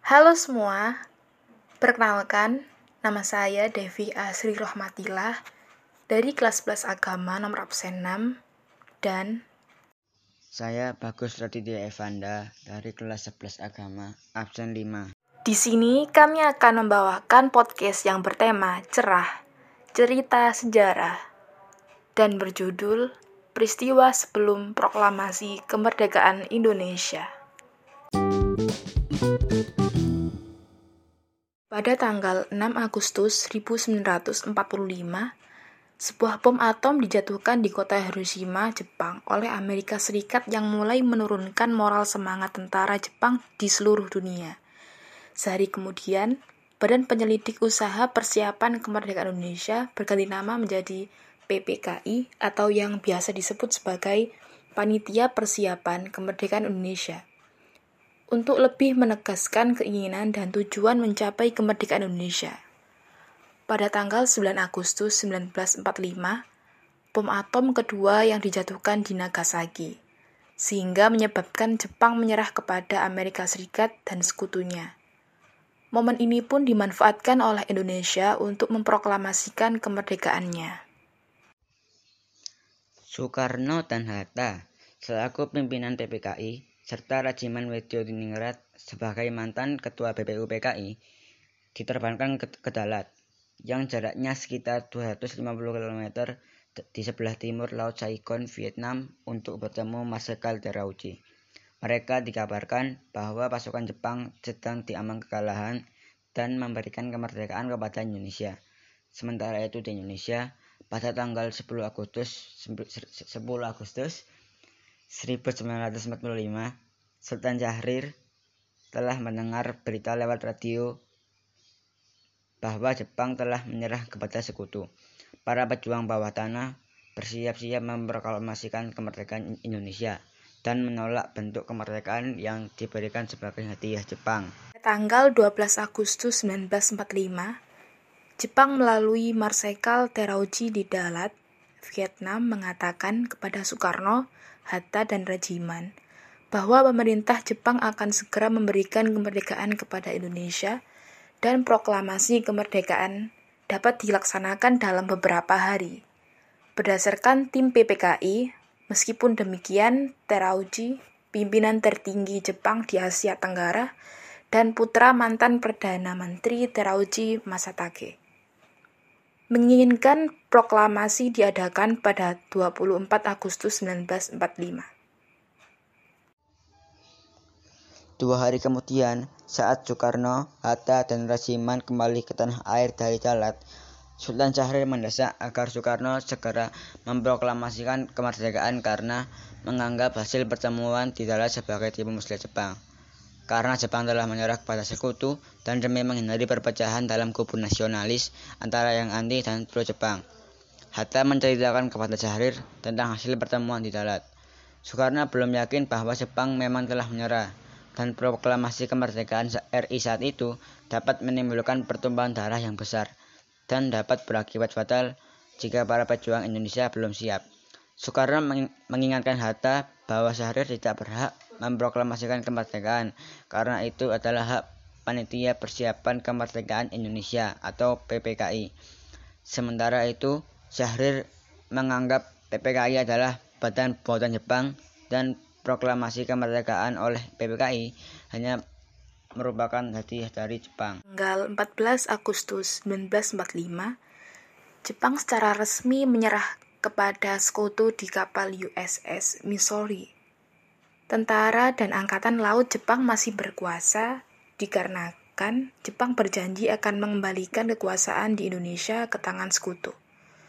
Halo semua, perkenalkan, nama saya Devi Asri Rohmatillah dari kelas 11 Agama nomor absen 6 dan Saya Bagus Raditya Evanda dari kelas 11 Agama absen 5. di sini kami akan membawakan podcast yang bertema cerah, cerita sejarah dan berjudul Peristiwa Sebelum Proklamasi Kemerdekaan Indonesia. Pada tanggal 6 Agustus 1945, sebuah bom atom dijatuhkan di kota Hiroshima, Jepang oleh Amerika Serikat yang mulai menurunkan moral semangat tentara Jepang di seluruh dunia. Sehari kemudian, Badan Penyelidik Usaha Persiapan Kemerdekaan Indonesia berganti nama menjadi PPKI atau yang biasa disebut sebagai Panitia Persiapan Kemerdekaan Indonesia, untuk lebih menegaskan keinginan dan tujuan mencapai kemerdekaan Indonesia. Pada tanggal 9 Agustus 1945, bom atom kedua yang dijatuhkan di Nagasaki, sehingga menyebabkan Jepang menyerah kepada Amerika Serikat dan sekutunya. Momen ini pun dimanfaatkan oleh Indonesia untuk memproklamasikan kemerdekaannya. Soekarno dan Hatta selaku pimpinan PPKI serta Rajiman Wedyo Diningrat sebagai mantan ketua BPUPKI diterbangkan ke Dalat yang jaraknya sekitar 250 km di sebelah timur Laut Saigon, Vietnam untuk bertemu Marsekal Terauchi. Mereka dikabarkan bahwa pasukan Jepang sedang diambang kekalahan dan memberikan kemerdekaan kepada Indonesia. Sementara itu di Indonesia, pada tanggal 10 Agustus 1945, Sultan Syahrir telah mendengar berita lewat radio bahwa Jepang telah menyerah kepada sekutu. Para pejuang bawah tanah bersiap-siap memproklamasikan kemerdekaan Indonesia dan menolak bentuk kemerdekaan yang diberikan sebagai hadiah Jepang. Tanggal 12 Agustus 1945, Jepang melalui Marsekal Terauchi di Dalat, Vietnam mengatakan kepada Soekarno, Hatta, dan Rajiman bahwa pemerintah Jepang akan segera memberikan kemerdekaan kepada Indonesia dan proklamasi kemerdekaan dapat dilaksanakan dalam beberapa hari. Berdasarkan tim PPKI, meskipun demikian, Terauchi, pimpinan tertinggi Jepang di Asia Tenggara, dan putra mantan Perdana Menteri Terauchi Masatake, menginginkan proklamasi diadakan pada 24 Agustus 1945. 2 hari kemudian, saat Soekarno, Hatta, dan Rajiman kembali ke tanah air dari Dalat, Sultan Syahrir mendesak agar Soekarno segera memproklamasikan kemerdekaan karena menganggap hasil pertemuan di Dalat sebagai tipu muslihat Jepang. Karena Jepang telah menyerah kepada sekutu dan demi menghindari perpecahan dalam kubu nasionalis antara yang anti dan pro Jepang, Hatta menceritakan kepada Syahrir tentang hasil pertemuan di Dalat. Soekarno belum yakin bahwa Jepang memang telah menyerah, dan proklamasi kemerdekaan RI saat itu dapat menimbulkan pertumpahan darah yang besar dan dapat berakibat fatal jika para pejuang Indonesia belum siap. Soekarno mengingatkan Hatta bahwa Syahrir tidak berhak memproklamasikan kemerdekaan karena itu adalah hak Panitia Persiapan Kemerdekaan Indonesia atau PPKI. Sementara itu, Syahrir menganggap PPKI adalah badan buatan Jepang dan proklamasi kemerdekaan oleh PPKI hanya merupakan hadiah dari Jepang. Tanggal 14 Agustus 1945, Jepang secara resmi menyerah kepada sekutu di kapal USS Missouri. Tentara dan Angkatan Laut Jepang masih berkuasa dikarenakan Jepang berjanji akan mengembalikan kekuasaan di Indonesia ke tangan sekutu.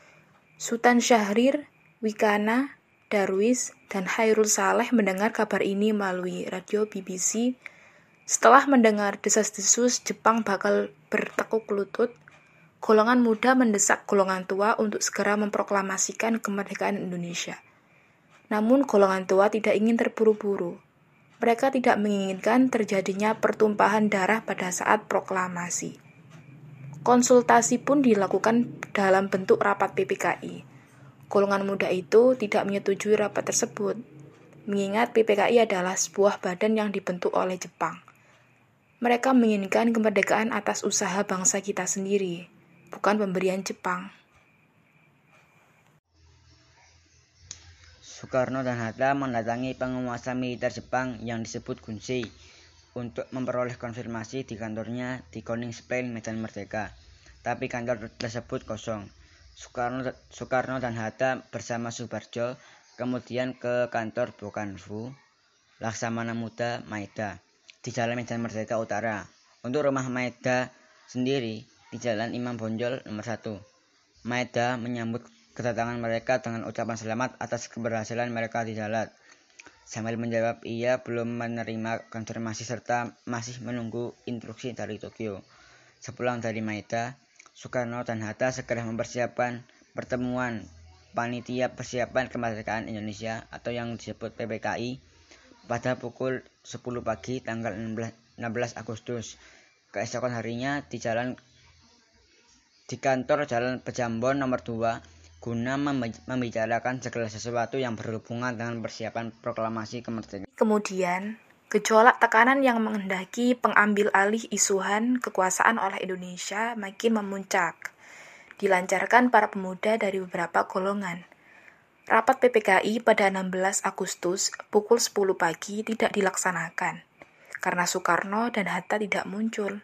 Sultan Syahrir, Wikana, Darwis, dan Hairul Saleh mendengar kabar ini melalui radio BBC. Setelah mendengar desas-desus Jepang bakal bertekuk lutut, golongan muda mendesak golongan tua untuk segera memproklamasikan kemerdekaan Indonesia. Namun golongan tua tidak ingin terburu-buru. Mereka tidak menginginkan terjadinya pertumpahan darah pada saat proklamasi. Konsultasi pun dilakukan dalam bentuk rapat PPKI. Golongan muda itu tidak menyetujui rapat tersebut, mengingat PPKI adalah sebuah badan yang dibentuk oleh Jepang. Mereka menginginkan kemerdekaan atas usaha bangsa kita sendiri, bukan pemberian Jepang. Soekarno dan Hatta mendatangi penguasa militer Jepang yang disebut Gunsei untuk memperoleh konfirmasi di kantornya di Koningsplein, Medan Merdeka. Tapi kantor tersebut kosong. Soekarno dan Hatta bersama Soebarjo kemudian ke kantor Bokanfu Laksamana Muda Maeda di Jalan Medan Merdeka Utara. Untuk rumah Maeda sendiri di Jalan Imam Bonjol nomor 1. Maeda menyambut kedatangan mereka dengan ucapan selamat atas keberhasilan mereka di darat. Sambil menjawab ia belum menerima konfirmasi serta masih menunggu instruksi dari Tokyo. Sepulang dari Maeda, Soekarno dan Hatta segera mempersiapkan pertemuan Panitia Persiapan Kemerdekaan Indonesia atau yang disebut PPKI pada pukul 10 pagi tanggal 16 Agustus. Keesokan harinya di kantor Jalan Pejambon nomor 2 guna membicarakan segala sesuatu yang berhubungan dengan persiapan proklamasi kemerdekaan. Kemudian, gejolak tekanan yang menghendaki pengambil alih isuhan kekuasaan oleh Indonesia makin memuncak. Dilancarkan para pemuda dari beberapa golongan. Rapat PPKI pada 16 Agustus pukul 10 pagi tidak dilaksanakan, karena Soekarno dan Hatta tidak muncul.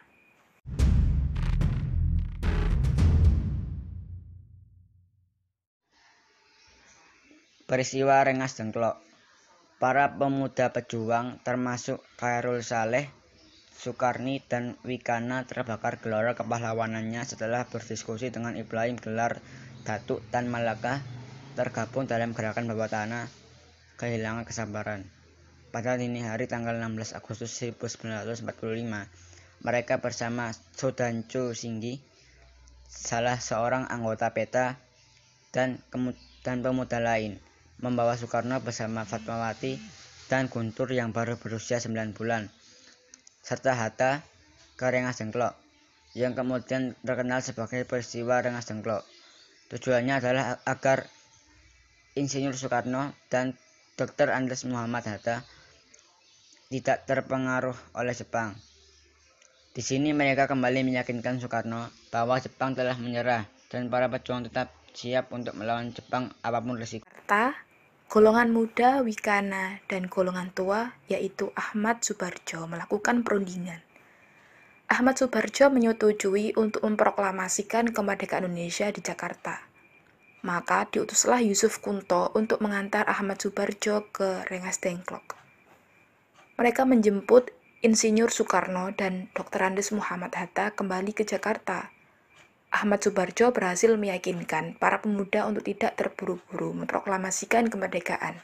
Peristiwa Rengas Dengklok. Para pemuda pejuang termasuk Khairul Saleh, Sukarni, dan Wikana terbakar gelora kepahlawanannya setelah berdiskusi dengan Ibrahim Gelar Datuk Tan Malaka tergabung dalam gerakan bawah tanah kehilangan kesabaran. Pada dini hari tanggal 16 Agustus 1945, mereka bersama Sodancho Singgi, salah seorang anggota PETA, dan pemuda lain, membawa Soekarno bersama Fatmawati dan Guntur yang baru berusia 9 bulan, serta Hatta ke Rengas Dengklok, yang kemudian terkenal sebagai peristiwa Rengas Dengklok. Tujuannya adalah agar Insinyur Soekarno dan Dr. Andes Muhammad Hatta tidak terpengaruh oleh Jepang. Di sini mereka kembali meyakinkan Soekarno bahwa Jepang telah menyerah dan para pejuang tetap siap untuk melawan Jepang apapun risiko. Golongan muda, Wikana, dan golongan tua, yaitu Ahmad Soebarjo, melakukan perundingan. Ahmad Soebarjo menyetujui untuk memproklamasikan kemerdekaan Indonesia di Jakarta. Maka diutuslah Yusuf Kunto untuk mengantar Ahmad Soebarjo ke Rengas Dengklok. Mereka menjemput Insinyur Soekarno dan Dr. Andes Muhammad Hatta kembali ke Jakarta. Ahmad Soebarjo berhasil meyakinkan para pemuda untuk tidak terburu-buru memproklamasikan kemerdekaan.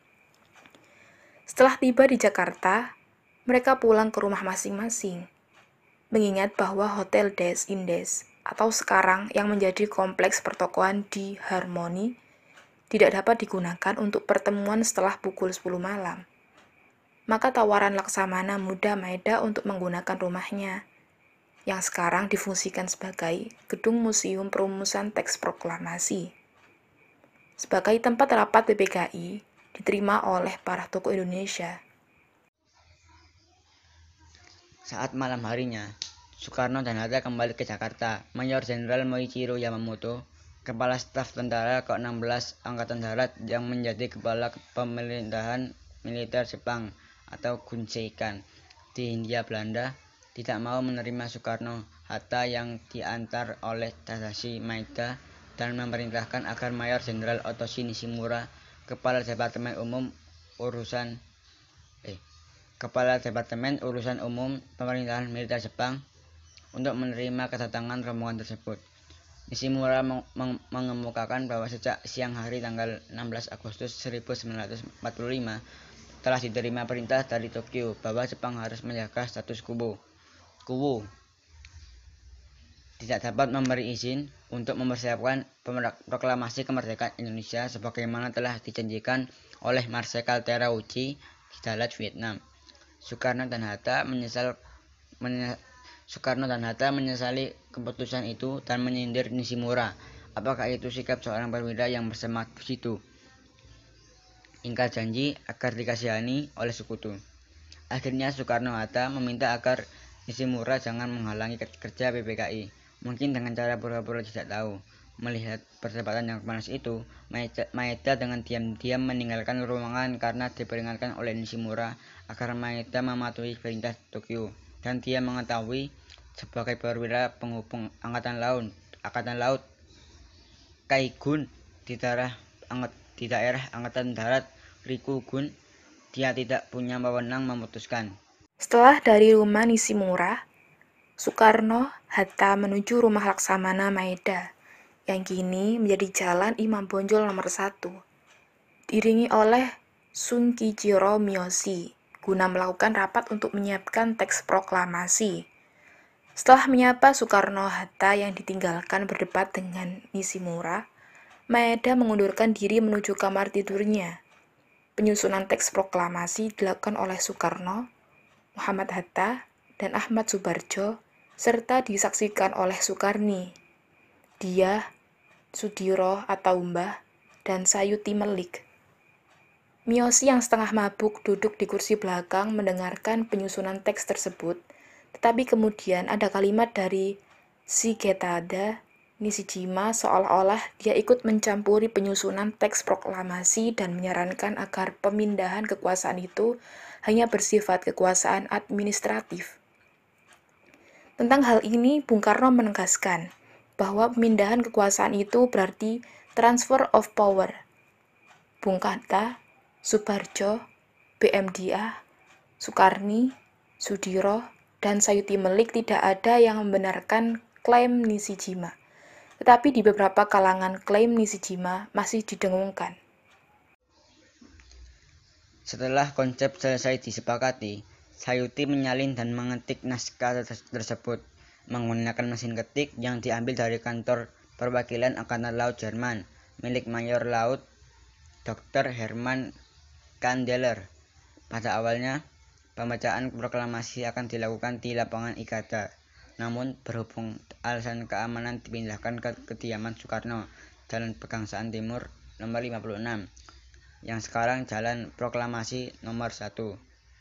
Setelah tiba di Jakarta, mereka pulang ke rumah masing-masing, mengingat bahwa Hotel Des Indes atau sekarang yang menjadi kompleks pertokoan di Harmoni tidak dapat digunakan untuk pertemuan setelah pukul 10 malam. Maka tawaran Laksamana Muda Maeda untuk menggunakan rumahnya, yang sekarang difungsikan sebagai Gedung Museum Perumusan Teks Proklamasi, sebagai tempat rapat PPKI, diterima oleh para tokoh Indonesia. Saat malam harinya, Soekarno dan Hatta kembali ke Jakarta. Mayor Jenderal Moichiro Yamamoto, Kepala Staf Tentara ke-16 Angkatan Darat yang menjadi Kepala Pemerintahan Militer Jepang atau Gunseikan di Hindia Belanda, tidak mau menerima Soekarno Hatta yang diantar oleh Tadashi Maeda dan memerintahkan agar Mayor Jenderal Otoshi Nishimura, Kepala Departemen Urusan Umum Pemerintahan Militer Jepang, untuk menerima kedatangan rombongan tersebut. Nishimura mengemukakan bahwa sejak siang hari tanggal 16 Agustus 1945 telah diterima perintah dari Tokyo bahwa Jepang harus menjaga status quo. Tidak dapat memberi izin untuk mempersiapkan proklamasi kemerdekaan Indonesia sebagaimana telah dijanjikan oleh Marsekal Terauchi di Dalat, Vietnam. Soekarno dan Hatta menyesali keputusan itu dan menyindir Nishimura. Apakah itu sikap seorang perwira yang bersemangat begitu? Ingkar janji agar dikasihani oleh sekutu. Akhirnya Soekarno-Hatta meminta agar Nishimura jangan menghalangi kerja PPKI. Mungkin dengan cara pura-pura tidak tahu. Melihat perdebatan yang panas itu, Maeda dengan diam-diam meninggalkan ruangan karena diperingatkan oleh Nishimura agar Maeda mematuhi perintah Tokyo. Dan dia mengetahui sebagai perwira penghubung Angkatan Laut Kaigun di daerah Angkatan Darat Rikugun, dia tidak punya wewenang memutuskan. Setelah dari rumah Nishimura, Soekarno-Hatta menuju rumah Laksamana Maeda, yang kini menjadi Jalan Imam Bonjol nomor 1, diiringi oleh Shunkichiro Miyoshi, guna melakukan rapat untuk menyiapkan teks proklamasi. Setelah menyapa Soekarno-Hatta yang ditinggalkan berdebat dengan Nishimura, Maeda mengundurkan diri menuju kamar tidurnya. Penyusunan teks proklamasi dilakukan oleh Soekarno, Muhammad Hatta, dan Ahmad Subarjo, serta disaksikan oleh Soekarni, Dyah, Sudiro atau Mbah, dan Sayuti Melik. Miyoshi yang setengah mabuk duduk di kursi belakang mendengarkan penyusunan teks tersebut, tetapi kemudian ada kalimat dari Shigetada Nishijima seolah-olah dia ikut mencampuri penyusunan teks proklamasi dan menyarankan agar pemindahan kekuasaan itu hanya bersifat kekuasaan administratif. Tentang hal ini, Bung Karno menegaskan bahwa pemindahan kekuasaan itu berarti transfer of power. Bung Hatta, Subarjo, BM Dyah, Soekarni, Sudiro, dan Sayuti Melik tidak ada yang membenarkan klaim Nishijima. Tetapi di beberapa kalangan klaim Nishijima masih didengungkan. Setelah konsep selesai disepakati, Sayuti menyalin dan mengetik naskah tersebut menggunakan mesin ketik yang diambil dari kantor perwakilan Angkatan Laut Jerman milik Mayor Laut Dr. Hermann Kandeler. Pada awalnya, pembacaan proklamasi akan dilakukan di lapangan Ikada. Namun, berhubung alasan keamanan dipindahkan ke kediaman Soekarno, Jalan Pegangsaan Timur nomor 56, yang sekarang Jalan Proklamasi nomor 1.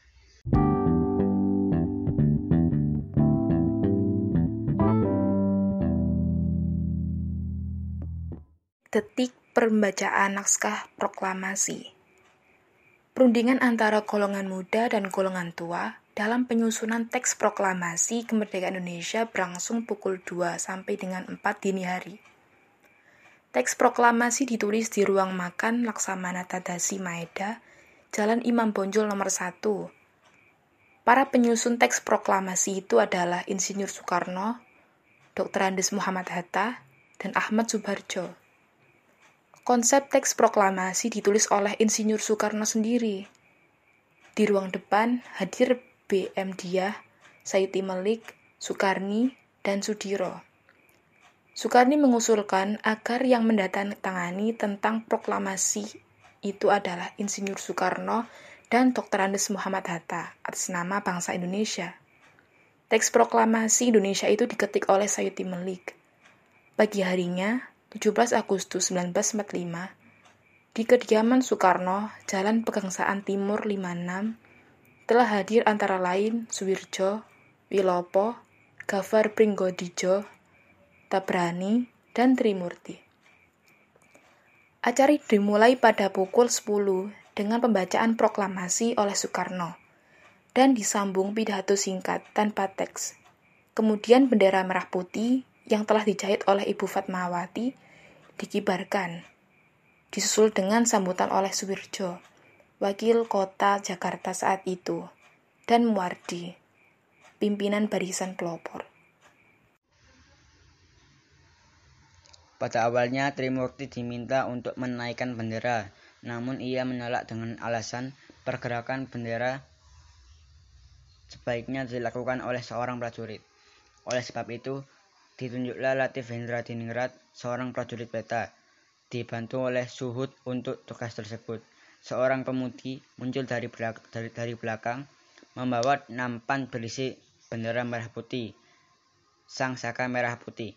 Detik pembacaan naskah proklamasi. Perundingan antara golongan muda dan golongan tua dalam penyusunan teks proklamasi kemerdekaan Indonesia berlangsung pukul 2 sampai dengan 4 dini hari. Teks proklamasi ditulis di ruang makan Laksamana Tadashi Maeda, Jalan Imam Bonjol nomor 1. Para penyusun teks proklamasi itu adalah Insinyur Soekarno, Dr. Andes Muhammad Hatta, dan Ahmad Subarjo. Konsep teks proklamasi ditulis oleh Insinyur Soekarno sendiri. Di ruang depan hadir BM Dyah, Sayuti Melik, Soekarni, dan Sudiro. Soekarni mengusulkan agar yang mendatangani tentang proklamasi itu adalah Insinyur Soekarno dan Dr. Andes Muhammad Hatta atas nama bangsa Indonesia. Teks proklamasi Indonesia itu diketik oleh Sayuti Melik. Pagi harinya, 17 Agustus 1945, di kediaman Soekarno, Jalan Pegangsaan Timur 56, telah hadir antara lain Suwirjo, Wilopo, Gafar Pringgodidjo, Tabrani, dan Trimurti. Acara dimulai pada pukul 10 dengan pembacaan proklamasi oleh Soekarno dan disambung pidato singkat tanpa teks. Kemudian bendera merah putih yang telah dijahit oleh Ibu Fatmawati dikibarkan, disusul dengan sambutan oleh Suwirjo, Wakil Kota Jakarta saat itu, dan Muwardi, pimpinan barisan pelopor. Pada awalnya Trimurti diminta untuk menaikkan bendera, namun ia menolak dengan alasan pergerakan bendera sebaiknya dilakukan oleh seorang prajurit. Oleh sebab itu, ditunjuklah Latif Hendradiningrat, seorang prajurit peta, dibantu oleh Suhud untuk tugas tersebut. Seorang pemudi muncul dari belakang, membawa nampan berisi bendera merah putih, sang saka merah putih,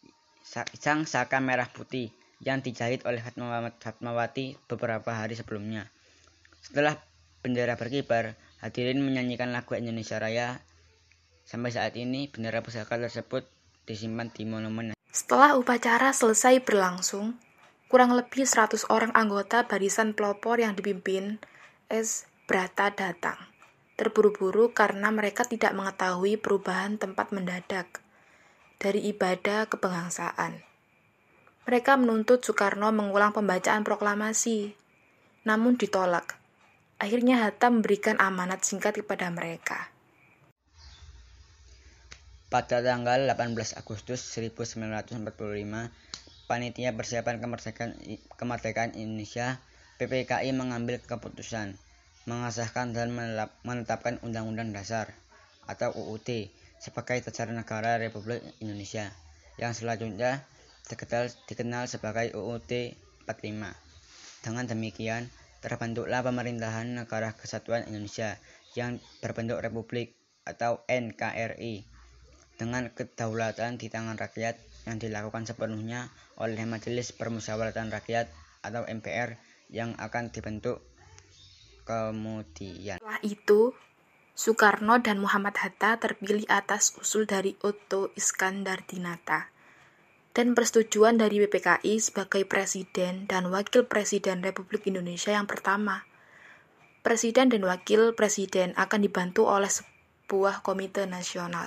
yang dijahit oleh Fatmawati beberapa hari sebelumnya. Setelah bendera berkibar, hadirin menyanyikan lagu Indonesia Raya Sampai saat ini bendera pusaka tersebut disimpan di monumen. Setelah upacara selesai berlangsung, kurang lebih 100 orang anggota barisan pelopor yang dipimpin S. Brata datang. Terburu-buru karena mereka tidak mengetahui perubahan tempat mendadak dari ibadah kebangsaan. Mereka menuntut Soekarno mengulang pembacaan proklamasi, namun ditolak. Akhirnya Hatta memberikan amanat singkat kepada mereka. Pada tanggal 18 Agustus 1945, Panitia Persiapan Kemerdekaan Indonesia (PPKI) mengambil keputusan mengesahkan dan menetapkan Undang-Undang Dasar atau UUD sebagai Dasar Negara Republik Indonesia, yang selanjutnya dikenal sebagai UUD 45. Dengan demikian, terbentuklah Pemerintahan Negara Kesatuan Indonesia yang berbentuk Republik atau NKRI dengan kedaulatan di tangan rakyat yang dilakukan sepenuhnya oleh Majelis Permusyawaratan Rakyat atau MPR yang akan dibentuk kemudian. Setelah itu, Soekarno dan Muhammad Hatta terpilih atas usul dari Otto Iskandar-Dinata dan persetujuan dari PPKI sebagai Presiden dan Wakil Presiden Republik Indonesia yang pertama. Presiden dan Wakil Presiden akan dibantu oleh sebuah komite nasional.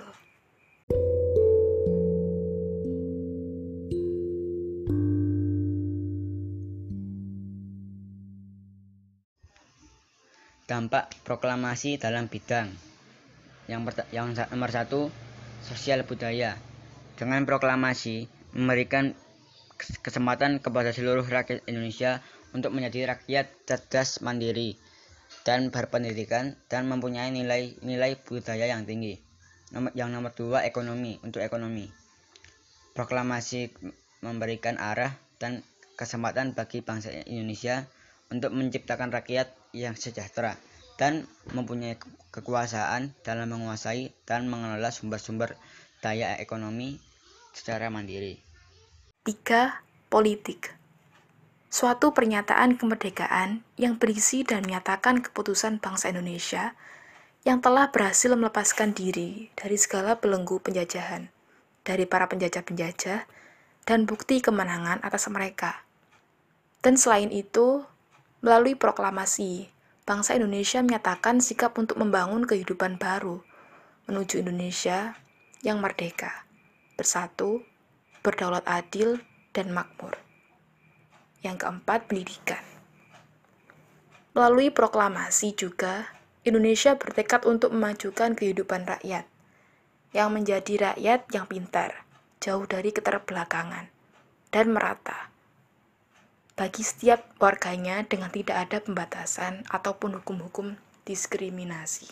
Dampak proklamasi dalam bidang yang nomor 1, sosial budaya. Dengan proklamasi memberikan kesempatan kepada seluruh rakyat Indonesia untuk menjadi rakyat cerdas, mandiri, dan berpendidikan dan mempunyai nilai budaya yang tinggi. Yang nomor 2, ekonomi. Untuk ekonomi, proklamasi memberikan arah dan kesempatan bagi bangsa Indonesia untuk menciptakan rakyat yang sejahtera dan mempunyai kekuasaan dalam menguasai dan mengelola sumber-sumber daya ekonomi secara mandiri. 3. Politik. Suatu pernyataan kemerdekaan yang berisi dan menyatakan keputusan bangsa Indonesia yang telah berhasil melepaskan diri dari segala belenggu penjajahan, dari para penjajah-penjajah, dan bukti kemenangan atas mereka. Dan selain itu, melalui proklamasi, bangsa Indonesia menyatakan sikap untuk membangun kehidupan baru menuju Indonesia yang merdeka, bersatu, berdaulat adil, dan makmur. Yang keempat, pendidikan. Melalui proklamasi juga, Indonesia bertekad untuk memajukan kehidupan rakyat, yang menjadi rakyat yang pintar, jauh dari keterbelakangan, dan merata bagi setiap warganya dengan tidak ada pembatasan ataupun hukum-hukum diskriminasi.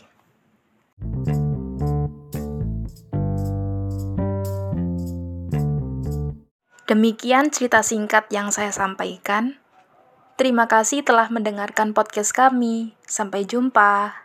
Demikian cerita singkat yang saya sampaikan. Terima kasih telah mendengarkan podcast kami. Sampai jumpa.